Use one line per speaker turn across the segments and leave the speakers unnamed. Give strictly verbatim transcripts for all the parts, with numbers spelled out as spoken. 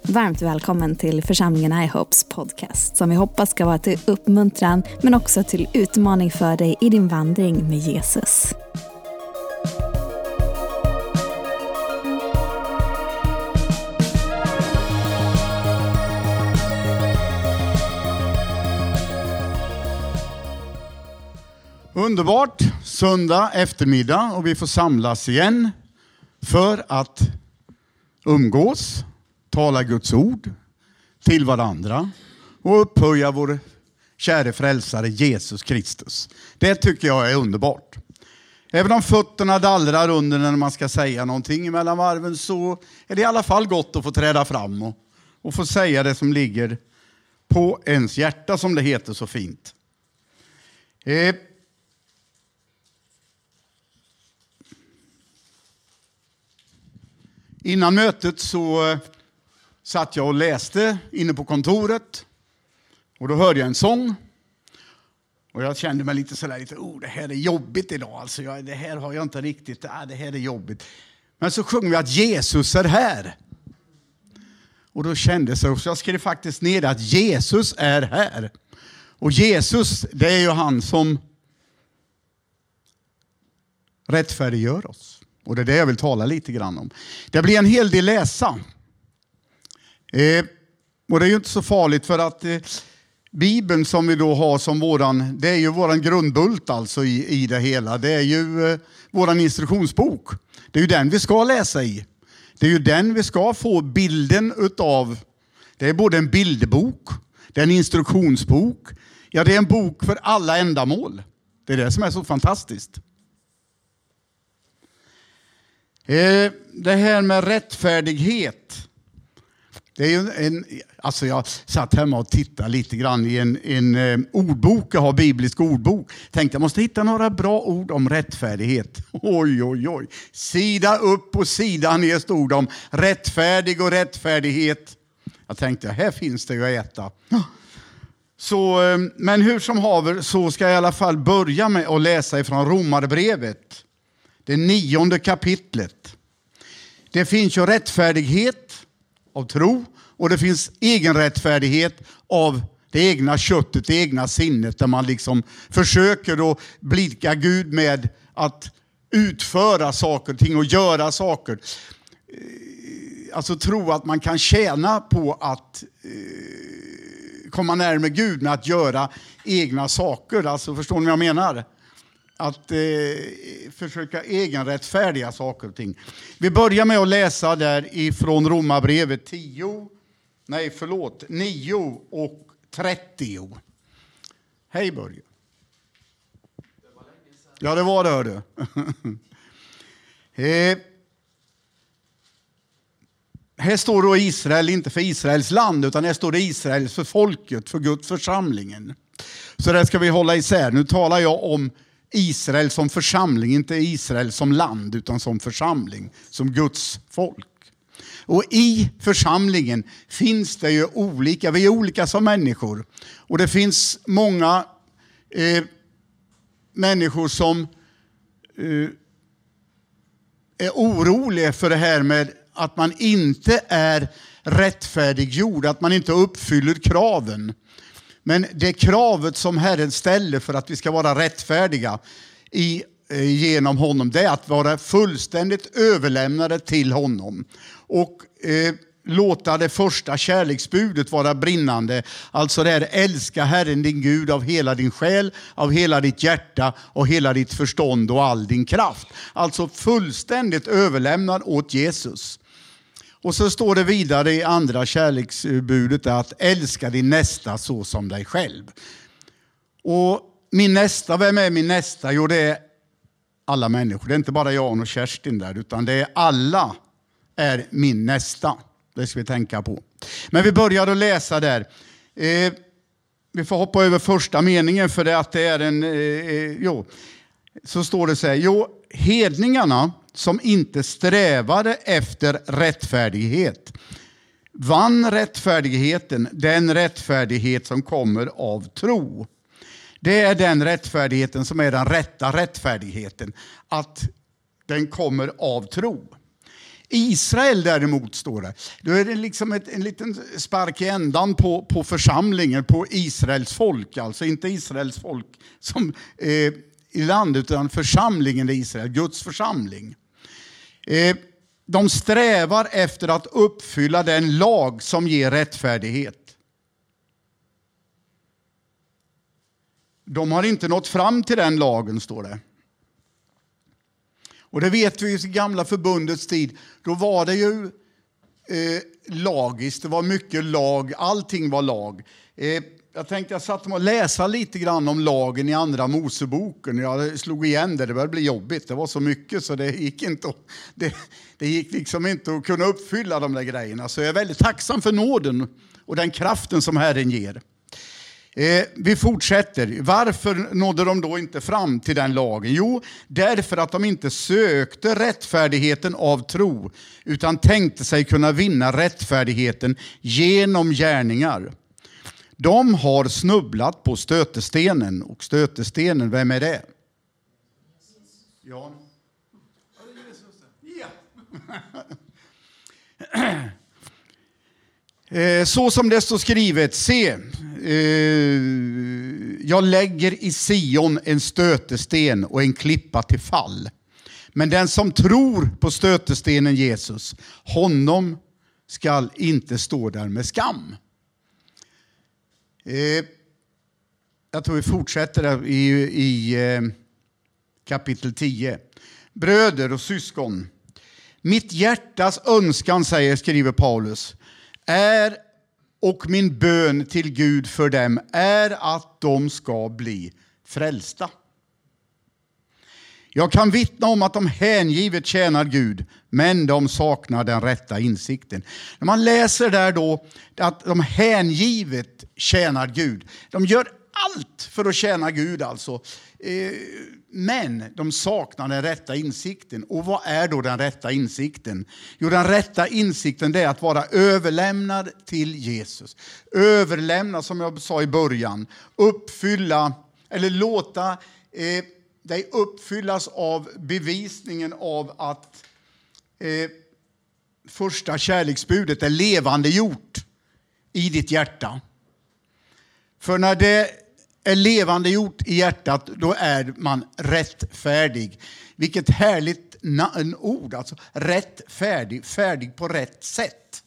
Varmt välkommen till församlingen iHopes podcast som vi hoppas ska vara till uppmuntran men också till utmaning för dig i din vandring med Jesus.
Underbart, söndag eftermiddag och vi får samlas igen för att umgås, tala Guds ord till varandra och upphöja vår käre frälsare Jesus Kristus. Det tycker jag är underbart. Även om fötterna dallrar under när man ska säga någonting mellan varven så är det i alla fall gott att få träda fram och, och få säga det som ligger på ens hjärta, som det heter så fint. Eh, Innan mötet så eh, satt jag och läste inne på kontoret. Och då hörde jag en sång. Och jag kände mig lite sådär, lite, oh, det här är jobbigt idag. Alltså, jag, det här har jag inte riktigt, ah, det här är jobbigt. Men så sjunger vi att Jesus är här. Och då kände jag, så jag skrev faktiskt ner att Jesus är här. Och Jesus, det är ju han som rättfärdiggör oss. Och det är det jag vill tala lite grann om. Det blir en hel del läsa. Eh, och det är ju inte så farligt för att eh, Bibeln som vi då har som våran, det är ju våran grundbult alltså i, i det hela. Det är ju eh, våran instruktionsbok. Det är ju den vi ska läsa i. Det är ju den vi ska få bilden utav. Det är både en bildbok, det är en instruktionsbok. Ja, det är en bok för alla ändamål. Det är det som är så fantastiskt. Det här med rättfärdighet. Det är ju en, alltså jag satt hemma och tittade lite grann i en, en ordbok. Jag har biblisk ordbok. Tänkte jag måste hitta några bra ord om rättfärdighet. Oj, oj, oj. Sida upp och sida ner stod om rättfärdig och rättfärdighet. Jag tänkte, här finns det ju att äta. Så, men hur som haver så ska jag i alla fall börja med att läsa ifrån Romarbrevet. Det nionde kapitlet. Det finns ju rättfärdighet av tro och det finns egenrättfärdighet av det egna köttet, det egna sinnet där man liksom försöker att blidka Gud med att utföra saker och ting och göra saker. Alltså tro att man kan tjäna på att komma närmare Gud med att göra egna saker. Alltså förstår ni vad jag menar? Att eh, försöka egenrättfärdiga saker och ting. Vi börjar med att läsa där ifrån Romarbrevet tio, nej förlåt, nio och trettio. Hej Börje. Ja, det var det, hörde. eh, här står då Israel, inte för Israels land, utan här står det Israel för folket, för Guds församlingen. Så där ska vi hålla isär. Nu talar jag om Israel som församling, inte Israel som land utan som församling, som Guds folk. Och i församlingen finns det ju olika, vi är olika som människor. Och det finns många eh, människor som eh, är oroliga för det här med att man inte är rättfärdiggjord, att man inte uppfyller kraven. Men det kravet som Herren ställer för att vi ska vara rättfärdiga i, genom honom, det är att vara fullständigt överlämnade till honom. Och eh, låta det första kärleksbudet vara brinnande. Alltså det är älska Herren din Gud av hela din själ, av hela ditt hjärta och hela ditt förstånd och all din kraft. Alltså fullständigt överlämnad åt Jesus. Och så står det vidare i andra kärleksbudet att älska din nästa så som dig själv. Och min nästa, vem är min nästa? Jo, det är alla människor. Det är inte bara Jan och Kerstin där, utan det är alla är min nästa. Det ska vi tänka på. Men vi börjar att läsa där. Eh, vi får hoppa över första meningen för det att det är en... Eh, jo, så står det så här. Jo, hedningarna som inte strävade efter rättfärdighet vann rättfärdigheten, den rättfärdighet som kommer av tro. Det är den rättfärdigheten som är den rätta rättfärdigheten, att den kommer av tro. Israel däremot, står det. Då är det liksom ett, en liten spark i ändan på, på församlingen, på Israels folk. Alltså inte Israels folk som eh, i landet, utan församlingen i Israel, Guds församling. Eh, de strävar efter att uppfylla den lag som ger rättfärdighet. De har inte nått fram till den lagen, står det. Och det vet vi i gamla förbundets tid. Då var det ju eh, lagiskt. Det var mycket lag. Allting var lag. Eh, jag tänkte jag satt och läsa lite grann om lagen i andra Moseboken. Jag slog igen det. Det började bli jobbigt. Det var så mycket så det gick inte att, det, det gick liksom inte att kunna uppfylla de där grejerna. Så jag är väldigt tacksam för nåden och den kraften som Herren ger. Eh, vi fortsätter. Varför nådde de då inte fram till den lagen? Jo, därför att de inte sökte rättfärdigheten av tro, utan tänkte sig kunna vinna rättfärdigheten genom gärningar. De har snubblat på stötestenen. Och stötestenen, vem är det? Ja. Ja. Så som det står skrivet, se, jag lägger i Sion en stötesten och en klippa till fall. Men den som tror på stötestenen Jesus, honom skall inte stå där med skam. Jag tror vi fortsätter i, i kapitel tio. Bröder och syskon, mitt hjärtas önskan, säger, skriver Paulus, är och min bön till Gud för dem är att de ska bli frälsta. Jag kan vittna om att de hängivet tjänar Gud, men de saknar den rätta insikten. När man läser där då att de hängivet tjänar Gud, de gör allt för att tjäna Gud alltså. Men de saknar den rätta insikten. Och vad är då den rätta insikten? Jo, den rätta insikten är att vara överlämnad till Jesus. Överlämna, som jag sa i början. Uppfylla, eller låta eh, dig uppfyllas av bevisningen av att eh, första kärleksbudet är levande gjort i ditt hjärta. För när det är levande gjort i hjärtat, då är man rättfärdig. Vilket härligt en ord, alltså rättfärdig, färdig på rätt sätt.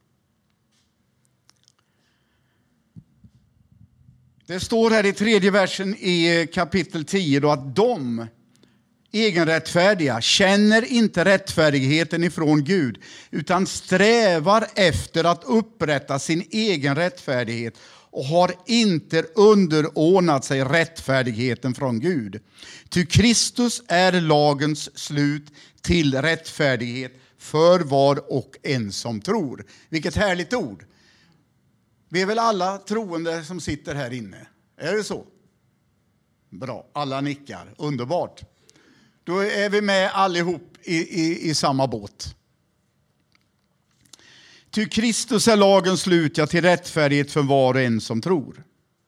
Det står här i tredje versen i kapitel tio då att de egenrättfärdiga känner inte rättfärdigheten ifrån Gud, utan strävar efter att upprätta sin egen rättfärdighet och har inte underordnat sig rättfärdigheten från Gud. Ty Kristus är lagens slut till rättfärdighet för var och en som tror. Vilket härligt ord. Vi är väl alla troende som sitter här inne? Är det så? Bra, alla nickar. Underbart. Då är vi med allihop i, i, i samma båt. Ty Kristus är lagens slut, ja, till rättfärdighet för var och en som tror.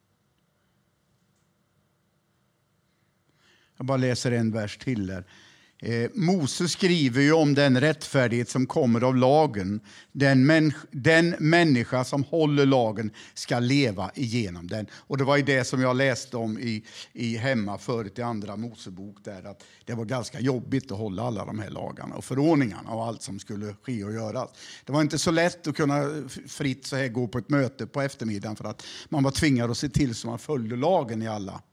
Jag bara läser en vers till här. Eh, Moses skriver ju om den rättfärdighet som kommer av lagen. Den, människa, den människa som håller lagen ska leva igenom den. Och det var ju det som jag läste om i, i hemma förut i andra Mosebok. Där, att det var ganska jobbigt att hålla alla de här lagarna och förordningarna och allt som skulle ske och göras. Det var inte så lätt att kunna fritt så här gå på ett möte på eftermiddagen för att man var tvingad att se till så man följde lagen i alla.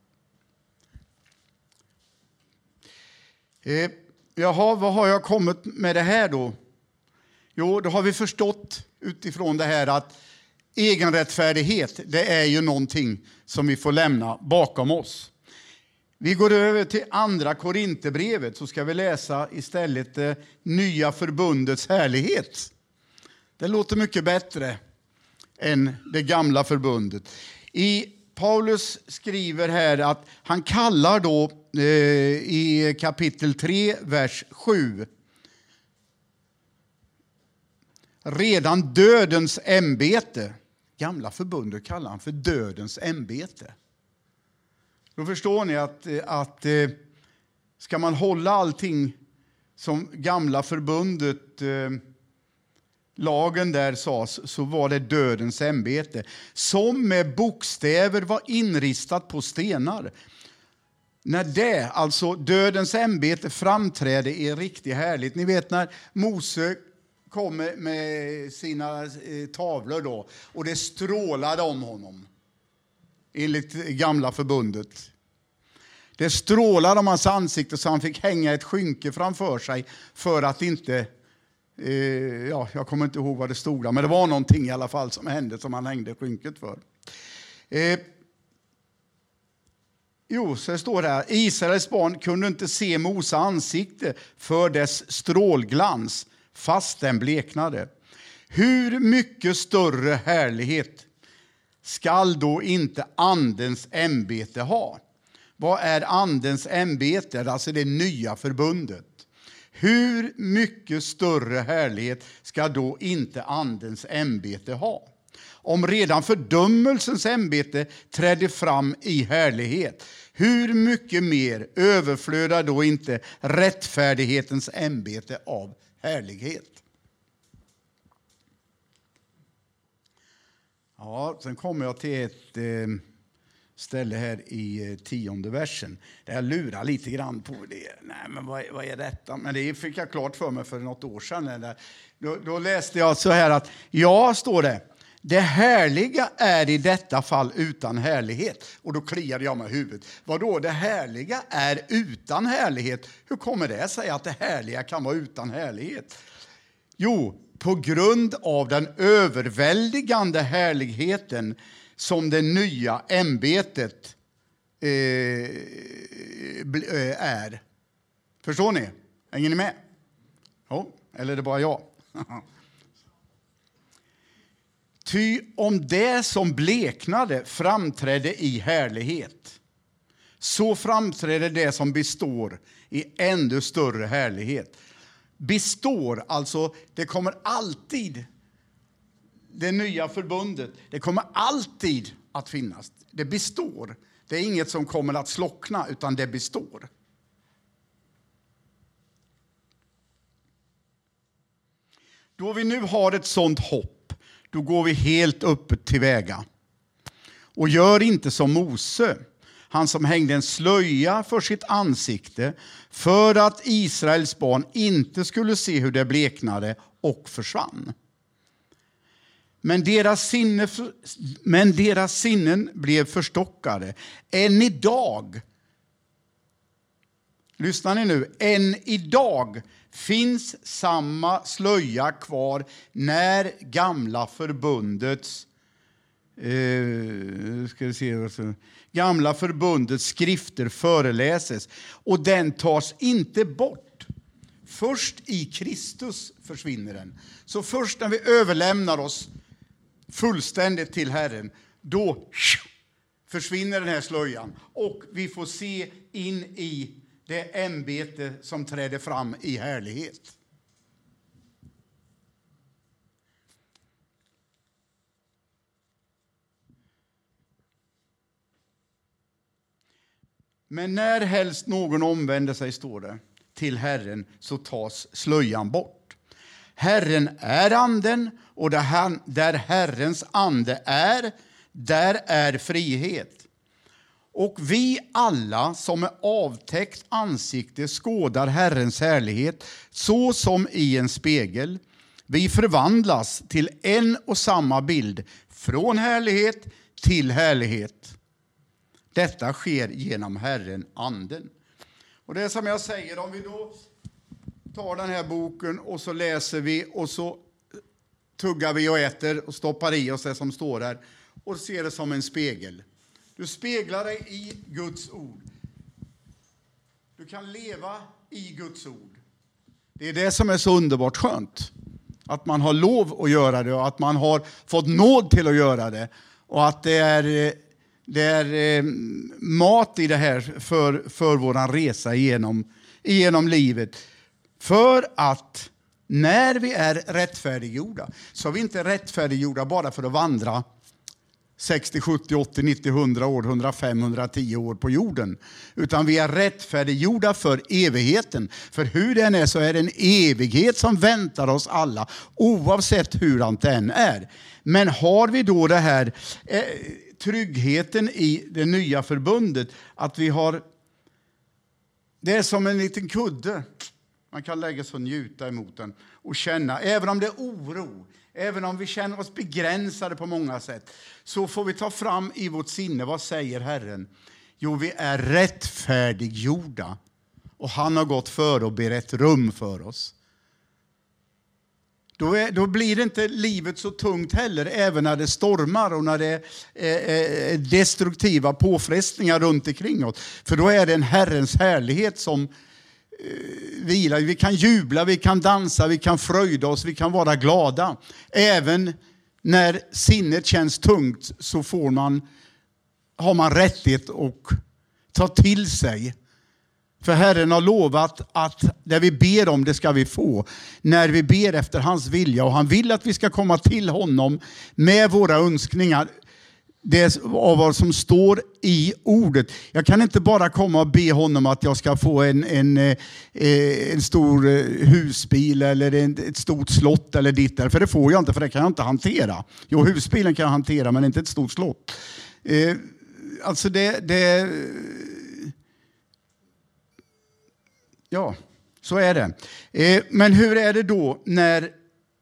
Eh, jaha, vad har jag kommit med det här då? Jo, då har vi förstått utifrån det här att egenrättfärdighet, det är ju någonting som vi får lämna bakom oss. Vi går över till andra Korinthierbrevet, så ska vi läsa istället det nya förbundets härlighet. Det låter mycket bättre än det gamla förbundet. I Paulus skriver här att han kallar då eh, i kapitel tre, vers sju. Redan dödens ämbete. Gamla förbundet kallar han för dödens ämbete. Då förstår ni att, att ska man hålla allting som gamla förbundet, eh, lagen där sades, så var det dödens ämbete. Som med bokstäver var inristat på stenar. När det, alltså dödens ämbete, framträdde i riktigt härligt. Ni vet när Mose kom med sina eh, tavlor då, och det strålade om honom. Enligt gamla förbundet. Det strålade om hans ansikte så han fick hänga ett skynke framför sig för att inte, eh, ja, jag kommer inte ihåg vad det stod där, men det var någonting i alla fall som hände som han hängde skynket för. Eh, jo, så det står här, Israels barn kunde inte se Mose ansikte för dess strålglans, fast den bleknade. Hur mycket större härlighet skall då inte andens ämbete ha? Vad är andens ämbete? Alltså det nya förbundet. Hur mycket större härlighet ska då inte andens ämbete ha? Om redan fördömelsens ämbete trädde fram i härlighet, hur mycket mer överflödar då inte rättfärdighetens ämbete av härlighet? Ja, sen kommer jag till ett eh, ställe här i eh, tionde versen. Där jag lurar lite grann på det. Nej, men vad, vad är detta? Men det fick jag klart för mig för något år sedan. Där. Då, då läste jag så här att, ja, står det, det härliga är i detta fall utan härlighet. Och då kliade jag med huvudet. Vadå, det härliga är utan härlighet? Hur kommer det sig att det härliga kan vara utan härlighet? Jo, på grund av den överväldigande härligheten som det nya ämbetet eh, är. Förstår ni? Hänger ni med? Jo, eller är det bara jag? Ty om det som bleknade framträdde i härlighet, så framträder det som består i ännu större härlighet. Består, alltså det kommer alltid, det nya förbundet, det kommer alltid att finnas. Det består. Det är inget som kommer att slockna, utan det består. Då vi nu har ett sånt hopp, då går vi helt öppet tillväga. Och gör inte som Mose, han som hängde en slöja för sitt ansikte, för att Israels barn inte skulle se hur det bleknade och försvann. Men deras, sinne, men deras sinnen blev förstockade. Än idag, lyssnar ni nu, än idag finns samma slöja kvar när gamla förbundets eh, ska vi se, gamla förbundets skrifter föreläses, och den tas inte bort. Först i Kristus försvinner den. Så först när vi överlämnar oss fullständigt till Herren, då försvinner den här slöjan och vi får se in i det ämbete som träder fram i härlighet. Men när helst någon omvänder sig, står det, till Herren, så tas slöjan bort. Herren är anden, och där Herrens ande är, där är frihet. Och vi alla som är avtäckt ansikte skådar Herrens härlighet så som i en spegel. Vi förvandlas till en och samma bild, från härlighet till härlighet. Detta sker genom Herren anden. Och det är som jag säger, om vi då tar den här boken och så läser vi och så tuggar vi och äter och stoppar i oss det som står där och ser det som en spegel. Du speglar dig i Guds ord. Du kan leva i Guds ord. Det är det som är så underbart skönt. Att man har lov att göra det och att man har fått nåd till att göra det. Och att det är, det är mat i det här för, för våran resa igenom, igenom livet. För att när vi är rättfärdiggjorda, så är vi inte rättfärdiggjorda bara för att vandra sextio, sjuttio, åttio, nittio, hundra år, hundrafem, hundratio år på jorden. Utan vi är rättfärdiggjorda för evigheten. För hur den är så är det en evighet som väntar oss alla, oavsett hur han den är. Men har vi då det här eh, tryggheten i det nya förbundet, att vi har, det är som en liten kudde. Man kan lägga sig och njuta emot den och känna, även om det är oro, även om vi känner oss begränsade på många sätt, så får vi ta fram i vårt sinne, vad säger Herren? Jo, vi är rättfärdiggjorda och han har gått före och berett rum för oss. Då, är, då blir det inte livet så tungt heller, även när det stormar och när det är eh, destruktiva påfrestningar runt omkring oss. För då är det en Herrens härlighet som vila. Vi kan jubla, vi kan dansa, vi kan fröjda oss, vi kan vara glada. Även när sinnet känns tungt så får man, har man rättighet att ta till sig. För Herren har lovat att det vi ber om, det ska vi få. När vi ber efter hans vilja, och han vill att vi ska komma till honom med våra önskningar. Det är av vad som står i ordet. Jag kan inte bara komma och be honom att jag ska få en, en, en stor husbil eller en, ett stort slott eller ditt där. För det får jag inte, för det kan jag inte hantera. Jo, husbilen kan jag hantera, men inte ett stort slott. Eh, alltså det, det... Ja, så är det. Eh, men hur är det då när...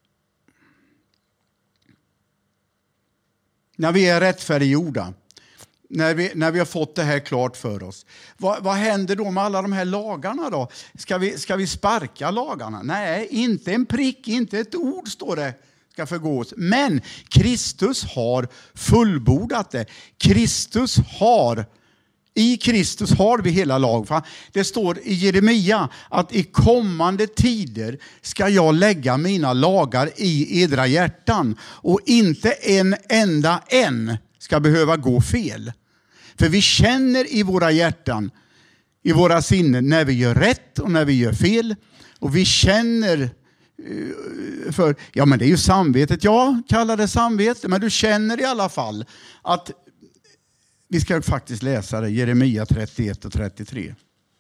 När vi är rättfärdiggjorda, när vi, när vi har fått det här klart för oss. Vad, vad händer då med alla de här lagarna då? Ska vi, ska vi sparka lagarna? Nej, inte en prick, inte ett ord står det ska förgås. Men Kristus har fullbordat det. Kristus har, i Kristus har vi hela lag. Det står i Jeremia att i kommande tider ska jag lägga mina lagar i edra hjärtan. Och inte en enda en ska behöva gå fel. För vi känner i våra hjärtan, i våra sinnen, när vi gör rätt och när vi gör fel. Och vi känner för, ja men det är ju samvetet, ja kallar det samvete. Men du känner i alla fall att vi ska faktiskt läsa det, Jeremia trettioett och trettiotre.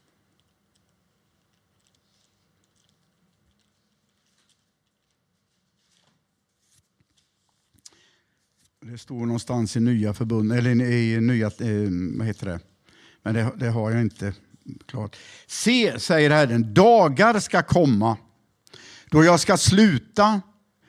Det står någonstans i nya förbund, eller i nya, eh, vad heter det? Men det, det har jag inte klart. Se, säger Herren, dagar ska komma då jag ska sluta,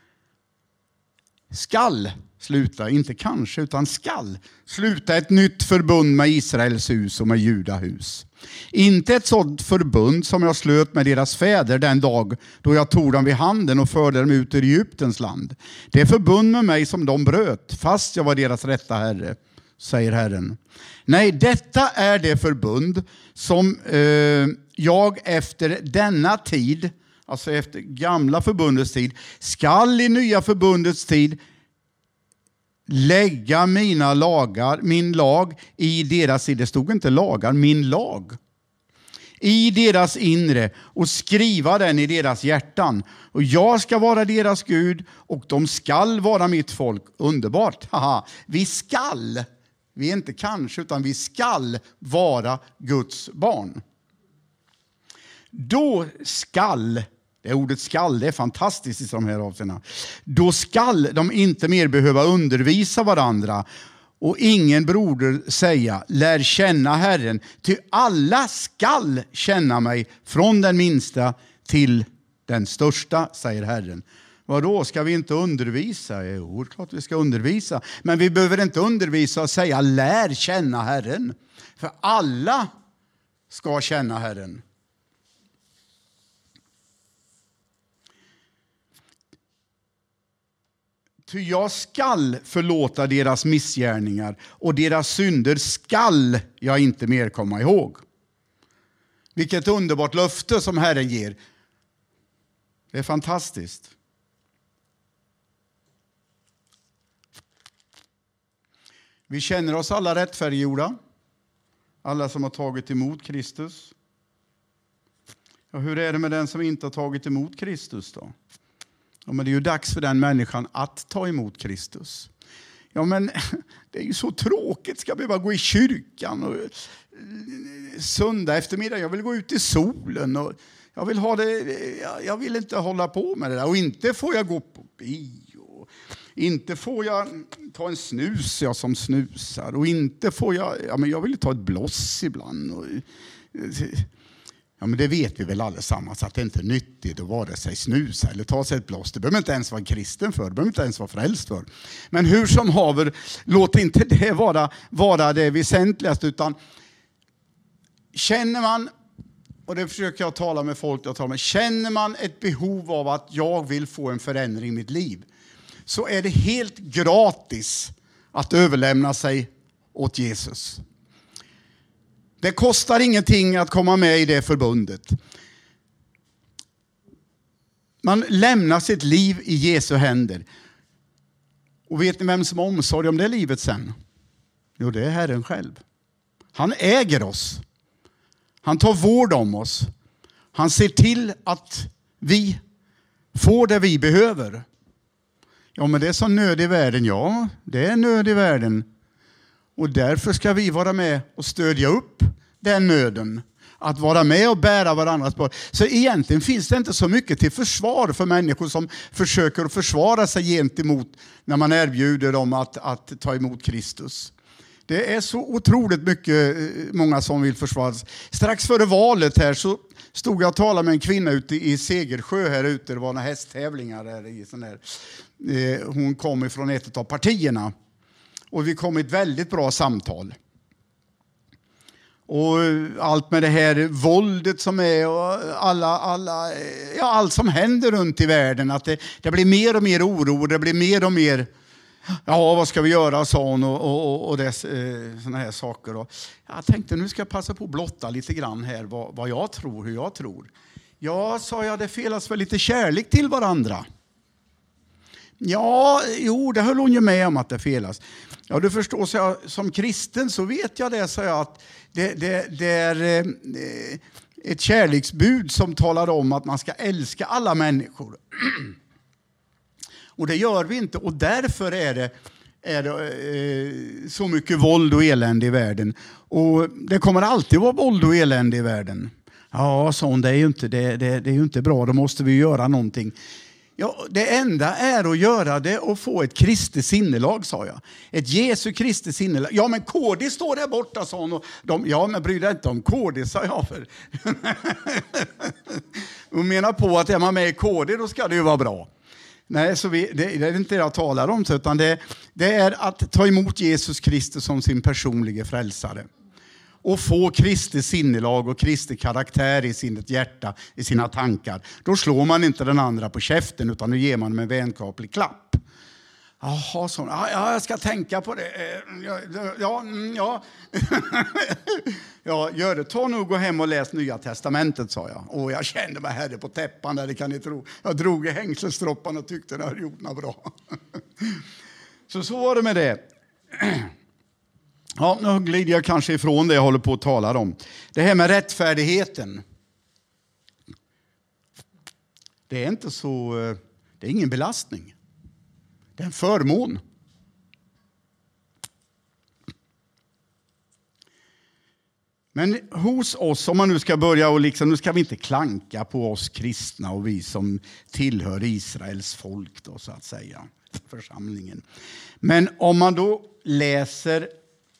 skall sluta, inte kanske utan skall sluta ett nytt förbund med Israels hus och med Judahus. Inte ett sådant förbund som jag slöt med deras fäder den dag då jag tog dem vid handen och förde dem ut ur Egyptens land. Det är förbund med mig som de bröt, fast jag var deras rätta herre, säger Herren. Nej, detta är det förbund som eh, jag efter denna tid, alltså efter gamla förbundets tid, skall i nya förbundets tid lägga mina lagar, min lag i deras, det stod inte lagar, min lag, i deras inre och skriva den i deras hjärtan. Och jag ska vara deras Gud och de skall vara mitt folk. Underbart. Haha. Vi skall, vi är inte kanske utan vi skall vara Guds barn. Då skall, det ordet skall, det är fantastiskt i de här avseendena. Då skall de inte mer behöva undervisa varandra och ingen broder säga, lär känna Herren. Ty alla skall känna mig från den minsta till den största, säger Herren. Vadå, ska vi inte undervisa? Jo, klart vi ska undervisa. Men vi behöver inte undervisa och säga, lär känna Herren. För alla ska känna Herren. Ty jag skall förlåta deras missgärningar och deras synder skall jag inte mer komma ihåg. Vilket underbart löfte som Herren ger. Det är fantastiskt. Vi känner oss alla rättfärdiggjorda. Alla som har tagit emot Kristus. Ja, hur är det med den som inte har tagit emot Kristus då? Ja, men det är ju dags för den människan att ta emot Kristus. Ja, men det är ju så tråkigt. Ska behöva gå i kyrkan och söndag eftermiddag. Jag vill gå ut i solen och jag vill ha det. Jag vill inte hålla på med det där. Och inte får jag gå på bio. Inte får jag ta en snus, jag som snusar. Och inte får jag, ja men jag vill ta ett bloss ibland. Och, ja men det vet vi väl allesammans att det inte är nyttigt att vara sig snusa eller ta sig ett bloss. Det behöver inte ens vara kristen för, det behöver inte ens vara frälst för. Men hur som haver, låt inte det vara, vara det väsentligaste, utan känner man, och det försöker jag tala med folk, jag talar med, känner man ett behov av att jag vill få en förändring i mitt liv, så är det helt gratis att överlämna sig åt Jesus. Det kostar ingenting att komma med i det förbundet. Man lämnar sitt liv i Jesu händer. Och vet ni vem som har omsorg om det livet sen? Jo, det är Herren själv. Han äger oss. Han tar vård om oss. Han ser till att vi får det vi behöver. Ja, men det är så nöd i världen. Ja, det är nöd i världen. Och därför ska vi vara med och stödja upp den nöden. Att vara med och bära varandras börda. Så egentligen finns det inte så mycket till försvar för människor som försöker att försvara sig gentemot när man erbjuder dem att, att ta emot Kristus. Det är så otroligt mycket, många som vill försvara sig. Strax före valet här så stod jag och talade med en kvinna ute i Segersjö här ute. Det var några hästtävlingar där i sån där. Hon kom ifrån ett av partierna. Och vi kom i ett väldigt bra samtal. Och allt med det här våldet som är och alla, alla, ja, allt som händer runt i världen. Att det, det blir mer och mer oro. Det blir mer och mer, ja vad ska vi göra, sa hon, och, och, och dess, eh, såna här saker. Och jag tänkte nu ska jag passa på att blotta lite grann här vad, vad jag tror, hur jag tror. Ja, sa jag, det felas väl lite kärlek till varandra. Ja, jo, det höll hon ju med om att det felas. Ja, du förstår, så jag, som kristen så vet jag det, så jag, att det, det, det är eh, ett kärleksbud som talar om att man ska älska alla människor. Och det gör vi inte, och därför är det, är det eh, så mycket våld och elände i världen. Och det kommer alltid vara våld och elände i världen. Ja, sånt, det är ju inte, det, det, det är ju inte bra, då måste vi göra någonting. Ja, det enda är att göra det och få ett kristet sinnelag, sa jag. Ett Jesu Kristi sinnelag. Ja, men K D står där borta, sa hon. Och de, ja, men bryr dig inte om K D, sa jag. För. Hon menar på att är man med i K D, då ska det ju vara bra. Nej, så vi, det, det är inte det jag talar om, utan det, det är att ta emot Jesus Kristus som sin personliga frälsare. Och få Kristi sinnelag och Kristi karaktär i sitt hjärta, i sina tankar. Då slår man inte den andra på käften, utan då ger man med en vänskaplig klapp. Jaha, så. Ja, jag ska tänka på det. Ja, ja, ja. Ja, gör det. Ta nu och gå hem och läs Nya Testamentet, sa jag. Och jag kände mig herre på täppan där, det kan ni tro. Jag drog i hängselstroppan och tyckte det hade gjort något bra. Så så var det med det. Ja, nu glider jag kanske ifrån det jag håller på att tala om. Det här med rättfärdigheten. Det är inte så, det är ingen belastning. Det är en förmån. Men hos oss, om man nu ska börja och liksom, nu ska vi inte klanka på oss kristna och vi som tillhör Israels folk då, så att säga, församlingen. Men om man då läser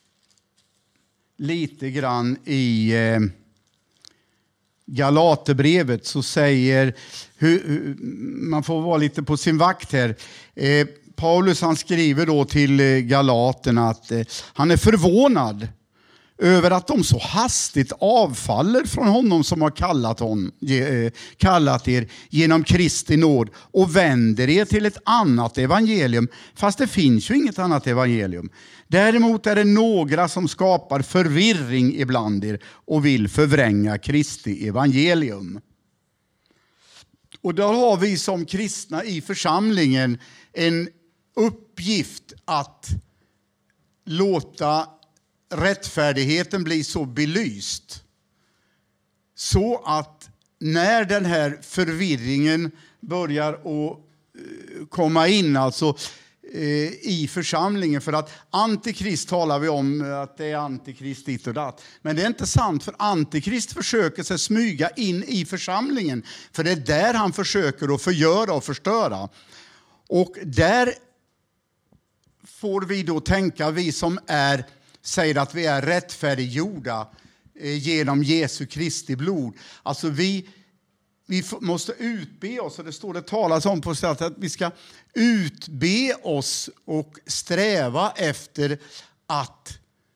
lite grann i eh, Galaterbrevet, så säger, hur, hur, man får vara lite på sin vakt här. Eh, Paulus, han skriver då till eh, Galaterna att eh, han är förvånad över att de så hastigt avfaller från honom som har kallat, hon, eh, kallat er genom Kristi nåd och vänder er till ett annat evangelium. Fast det finns ju inget annat evangelium. Däremot är det några som skapar förvirring ibland er och vill förvränga Kristi evangelium. Och där har vi som kristna i församlingen en uppgift att låta rättfärdigheten bli så belyst så att när den här förvirringen börjar att komma in, alltså i församlingen. För att antikrist talar vi om att det är antikrist dit och datt. Men det är inte sant, för antikrist försöker sig smyga in i församlingen. För det är där han försöker att förgöra och förstöra. Och där får vi då tänka, vi som är, säger att vi är rättfärdiggjorda genom Jesu Kristi blod. Alltså vi, vi måste utbe oss, och det står det talas om på sätt att vi ska utbe oss och sträva efter att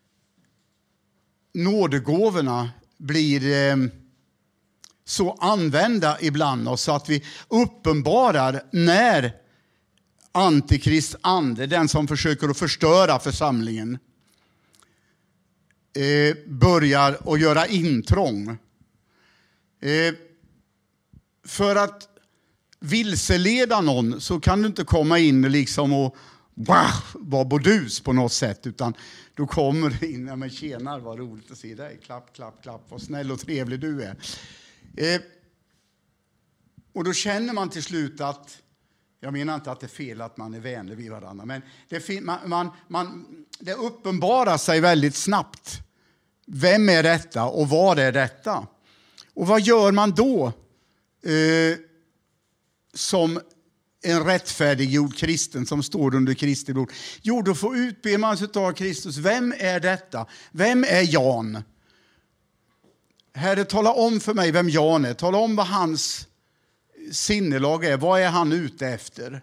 nådegåvorna blir eh, så använda ibland oss, så att vi uppenbarar när antikrist ande, den som försöker att förstöra församlingen, eh, börjar att göra intrång. Eh, för att vilseleda någon så kan du inte komma in liksom och wow, vara bordus på något sätt, utan då kommer du in, ja men tjenar, vad roligt att se dig, klapp, klapp, klapp, vad snäll och trevlig du är. Eh, och då känner man till slut att, jag menar inte att det är fel att man är vänlig vid varandra, men det, man, man, man, det uppenbarar sig väldigt snabbt. Vem är detta och vad är detta? Och vad gör man då eh, som en rättfärdiggjord kristen som står under Kristi blod? Jo, då får utbe man sig av Kristus. Vem är detta? Vem är Jan? Herre, tala om för mig vem Jan är. Tala om vad hans sinnelag är. Vad är han ute efter?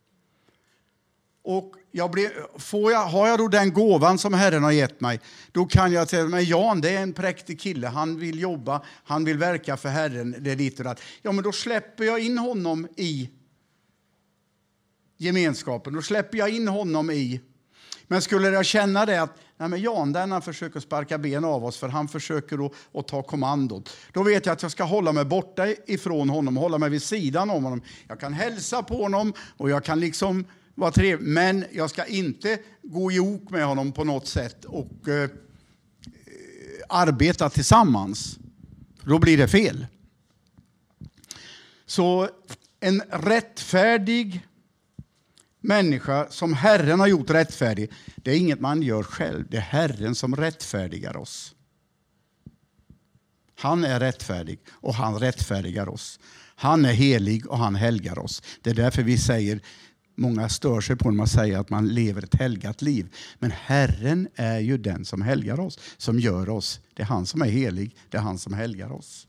Och jag blir, får jag, har jag då den gåvan som Herren har gett mig, då kan jag säga, men Jan, det är en präktig kille. Han vill jobba, han vill verka för Herren. Det är dit och där. Ja, men då släpper jag in honom i gemenskapen. Då släpper jag in honom i. Men skulle jag känna det att nej, men Jan, den han försöker sparka ben av oss, för han försöker att, att ta kommandot, då vet jag att jag ska hålla mig borta ifrån honom, hålla mig vid sidan om honom. Jag kan hälsa på honom och jag kan liksom vara trevlig, men jag ska inte gå i ok med honom på något sätt och eh, arbeta tillsammans. Då blir det fel. Så en rättfärdig människa som Herren har gjort rättfärdig, det är inget man gör själv. Det är Herren som rättfärdigar oss. Han är rättfärdig och han rättfärdigar oss. Han är helig och han helgar oss. Det är därför vi säger, många stör sig på när man säger att man lever ett helgat liv. Men Herren är ju den som helgar oss, som gör oss. Det är han som är helig, det är han som helgar oss.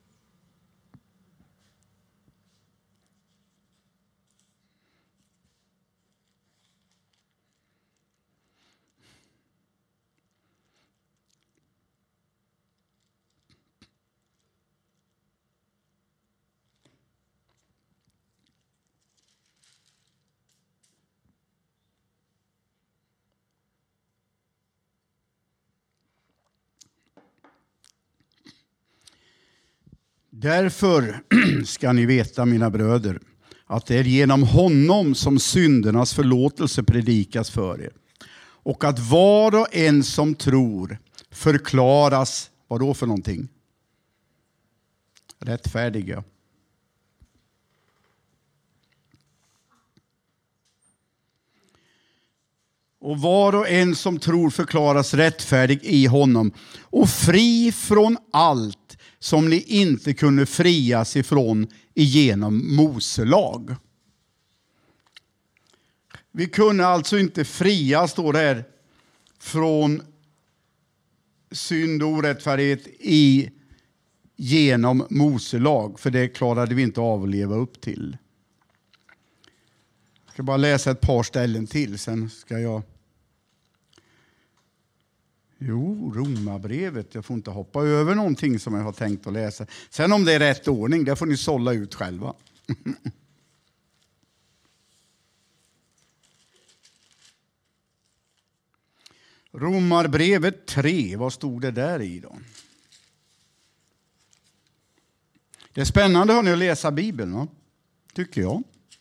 Därför ska ni veta, mina bröder, att det är genom honom som syndernas förlåtelse predikas för er. Och att var och en som tror förklaras, vad då för någonting? Rättfärdiga. Och var och en som tror förklaras rättfärdig i honom och fri från allt som ni inte kunde frias ifrån igenom Mose lag. Vi kunde alltså inte frias, står det här, från synd och orättfärdighet i genom Mose lag, för det klarade vi inte av att leva upp till. Jag ska bara läsa ett par ställen till, sen ska jag... Jo, Romarbrevet. Jag får inte hoppa över någonting som jag har tänkt att läsa. Sen om det är rätt ordning, det får ni sålla ut själva. Romarbrevet tre, vad stod det där i då? Det är spännande hör ni, att läsa Bibeln, va? Tycker jag.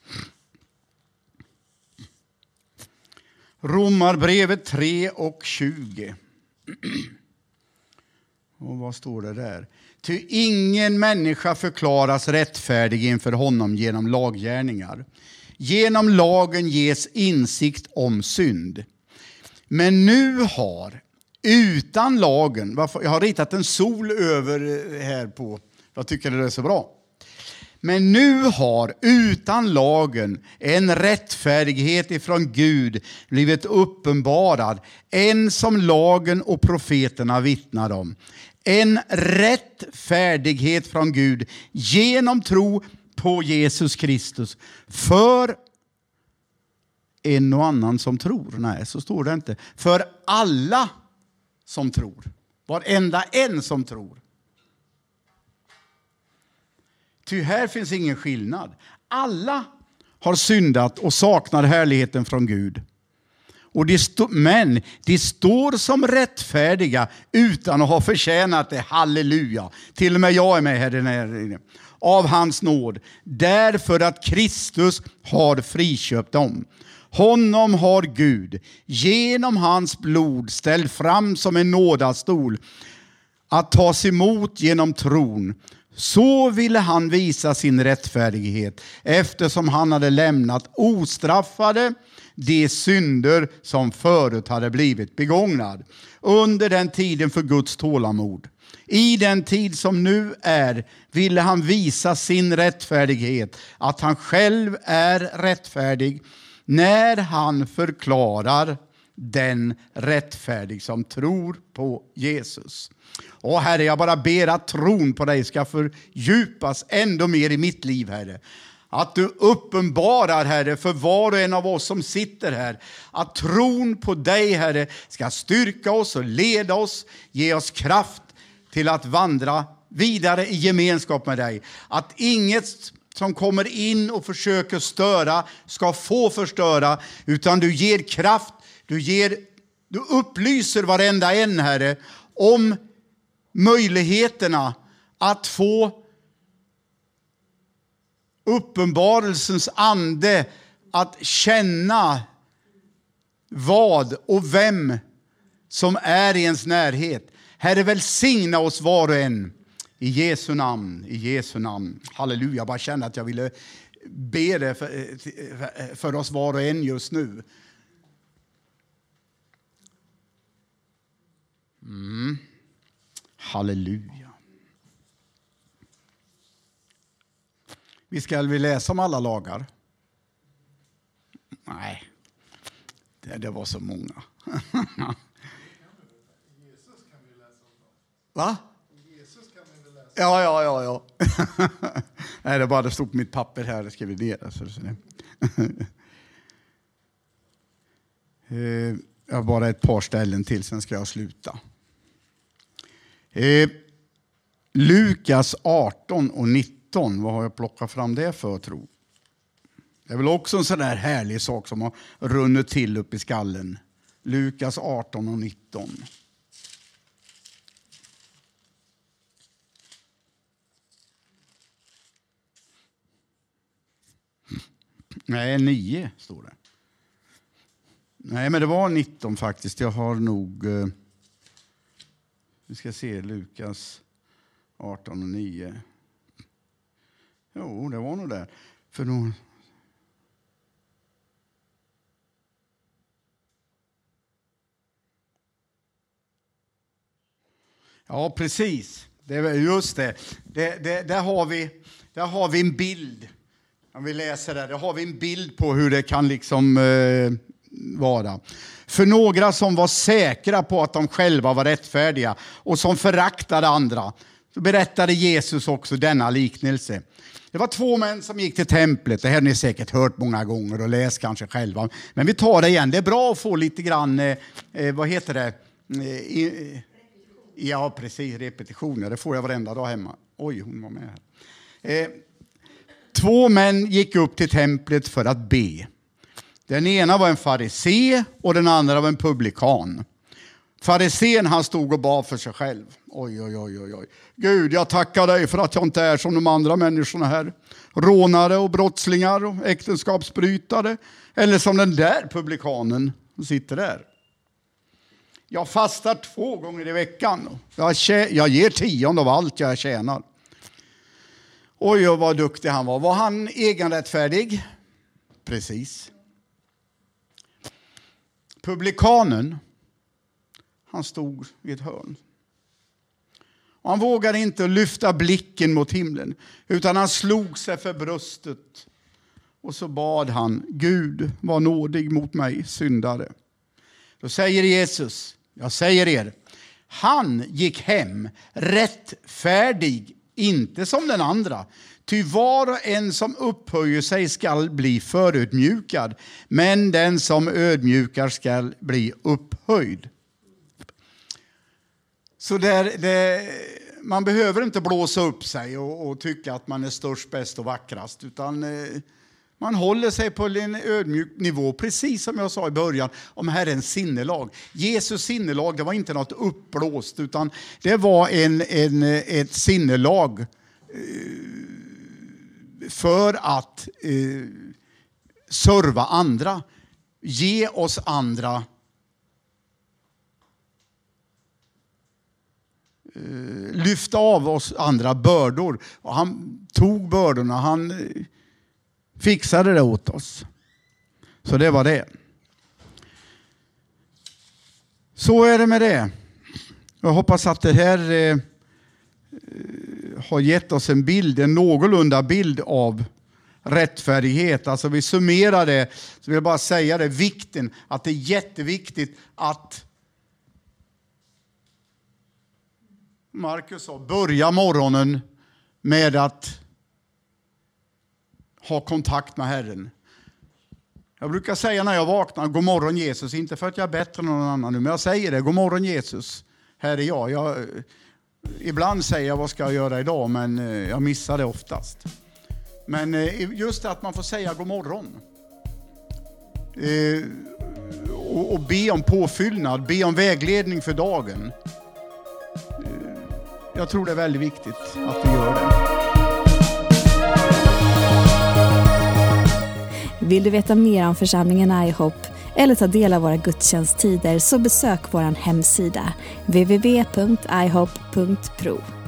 Romarbrevet tre och tjugo. Och vad står det där? Ty ingen människa förklaras rättfärdig inför honom genom laggärningar. Genom lagen ges insikt om synd. Men nu har, utan lagen, jag har ritat en sol över här på, jag tycker det är så bra. Men nu har utan lagen en rättfärdighet ifrån Gud blivit uppenbarad. En som lagen och profeterna vittnar om. En rättfärdighet från Gud genom tro på Jesus Kristus. För en och annan som tror. Nej, så står det inte. För alla som tror. Varenda en som tror. Ty här finns ingen skillnad. Alla har syndat och saknar härligheten från Gud. Och de sto- men de står som rättfärdiga utan att ha förtjänat det. Halleluja. Till och med jag är med här. Den här av hans nåd. Därför att Kristus har friköpt dem. Honom har Gud genom hans blod ställt fram som en nådastol att tas emot genom tron. Så ville han visa sin rättfärdighet eftersom han hade lämnat ostraffade de synder som förut hade blivit begångna under den tiden för Guds tålamod. I den tid som nu är ville han visa sin rättfärdighet, att han själv är rättfärdig när han förklarar den rättfärdig som tror på Jesus. Och Herre, jag bara ber att tron på dig ska fördjupas ändå mer i mitt liv, Herre. Att du uppenbarar, Herre, för var och en av oss som sitter här. Att tron på dig, Herre, ska styrka oss och leda oss. Ge oss kraft till att vandra vidare i gemenskap med dig. Att inget som kommer in och försöker störa ska få förstöra. Utan du ger kraft, du, ger, du upplyser varenda en, Herre, om möjligheterna att få uppenbarelsens ande, att känna vad och vem som är i ens närhet. Herre, välsigna oss var och en i Jesu namn, i Jesu namn. Halleluja, jag bara känner att jag ville be det för, för oss var och en just nu. Mm. Halleluja. Vi ska vi läsa om alla lagar? Nej, det, det var så många. Va? Ja, ja, ja, ja. Nej, det bara det stod på mitt papper här. Det ska vi ner. Så det. Jag har bara ett par ställen till, sen ska jag sluta. Eh, Lukas arton och nitton, vad har jag plockat fram det för, tro? Det är väl också en sån där härlig sak som har runnit till upp i skallen. Lukas arton och nitton. Nej, nio står det. Nej, men det var nitton faktiskt. Jag har nog... Eh, vi ska se, Lukas arton och nio. Jo, det var nog där. För nog... Ja, precis. Det är just det. det, det där, har vi, där har vi en bild. Om vi läser det, där har vi en bild på hur det kan liksom eh, vara. För några som var säkra på att de själva var rättfärdiga och som föraktade andra, så berättade Jesus också denna liknelse. Det var två män som gick till templet. Det här har ni säkert hört många gånger och läst kanske själva. Men vi tar det igen. Det är bra att få lite grann, eh, vad heter det? Eh, i, ja, precis, repetitioner. Det får jag varenda dag hemma. Oj, hon var med här. Eh, två män gick upp till templet för att be. Den ena var en farisé och den andra var en publikan. Farisén, han stod och bad för sig själv. Oj, oj, oj, oj, oj. Gud, jag tackar dig för att jag inte är som de andra människorna här. Rånare och brottslingar och äktenskapsbrytare. Eller som den där publikanen som sitter där. Jag fastar två gånger i veckan. Jag, tjä- jag ger tionde av allt jag tjänar. Oj, vad duktig han var. Var han egenrättfärdig? Precis. Publikanen, han stod i ett hörn. Och han vågade inte lyfta blicken mot himlen, utan han slog sig för bröstet. Och så bad han, Gud var nådig mot mig, syndare. Då säger Jesus, jag säger er, han gick hem rättfärdig, inte som den andra. Ty var och en som upphöjer sig skall bli förödmjukad, men den som ödmjukar skall bli upphöjd. Så där, det, man behöver inte blåsa upp sig och, och tycka att man är störst, bäst och vackrast, utan eh, man håller sig på en ödmjuk nivå, precis som jag sa i början om Herrens sinnelag. Jesus sinnelag, det var inte något uppblåst, utan det var en, en, ett sinnelag eh, för att eh, serva andra, ge oss andra lyfta av oss andra bördor. Och han tog bördorna, han fixade det åt oss. Så det var det. Så är det med det. Jag hoppas att det här eh, har gett oss en bild, en någorlunda bild av rättfärdighet. Alltså vi summerar det, så vill jag bara säga det, vikten, att det är jätteviktigt att Markus sa, börja morgonen med att ha kontakt med Herren. Jag brukar säga när jag vaknar, god morgon Jesus, inte för att jag är bättre än någon annan nu, men jag säger det, god morgon Jesus, här är jag. jag ibland säger jag, vad ska jag göra idag, men jag missar det oftast. Men just att man får säga god morgon. Och, och be om påfyllnad, be om vägledning för dagen. Jag tror det är väldigt viktigt att vi gör det.
Vill du veta mer om församlingen iHope eller ta del av våra gudstjänsttider, så besök vår hemsida w w w punkt i hope punkt pro.